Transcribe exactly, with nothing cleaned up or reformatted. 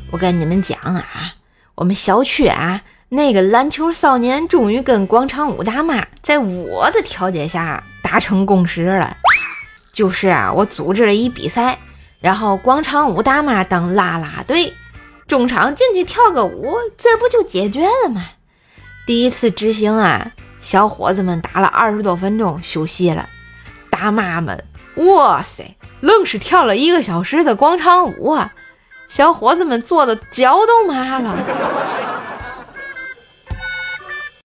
我跟你们讲啊，我们小区啊那个篮球少年终于跟广场舞大妈在我的调解下达成共识了。就是啊，我组织了一比赛，然后广场舞大妈当啦啦队，中场进去跳个舞，这不就解决了吗？第一次执行啊，小伙子们打了二十多分钟休息了，大妈们哇塞，愣是跳了一个小时的广场舞啊，小伙子们做的脚都麻了。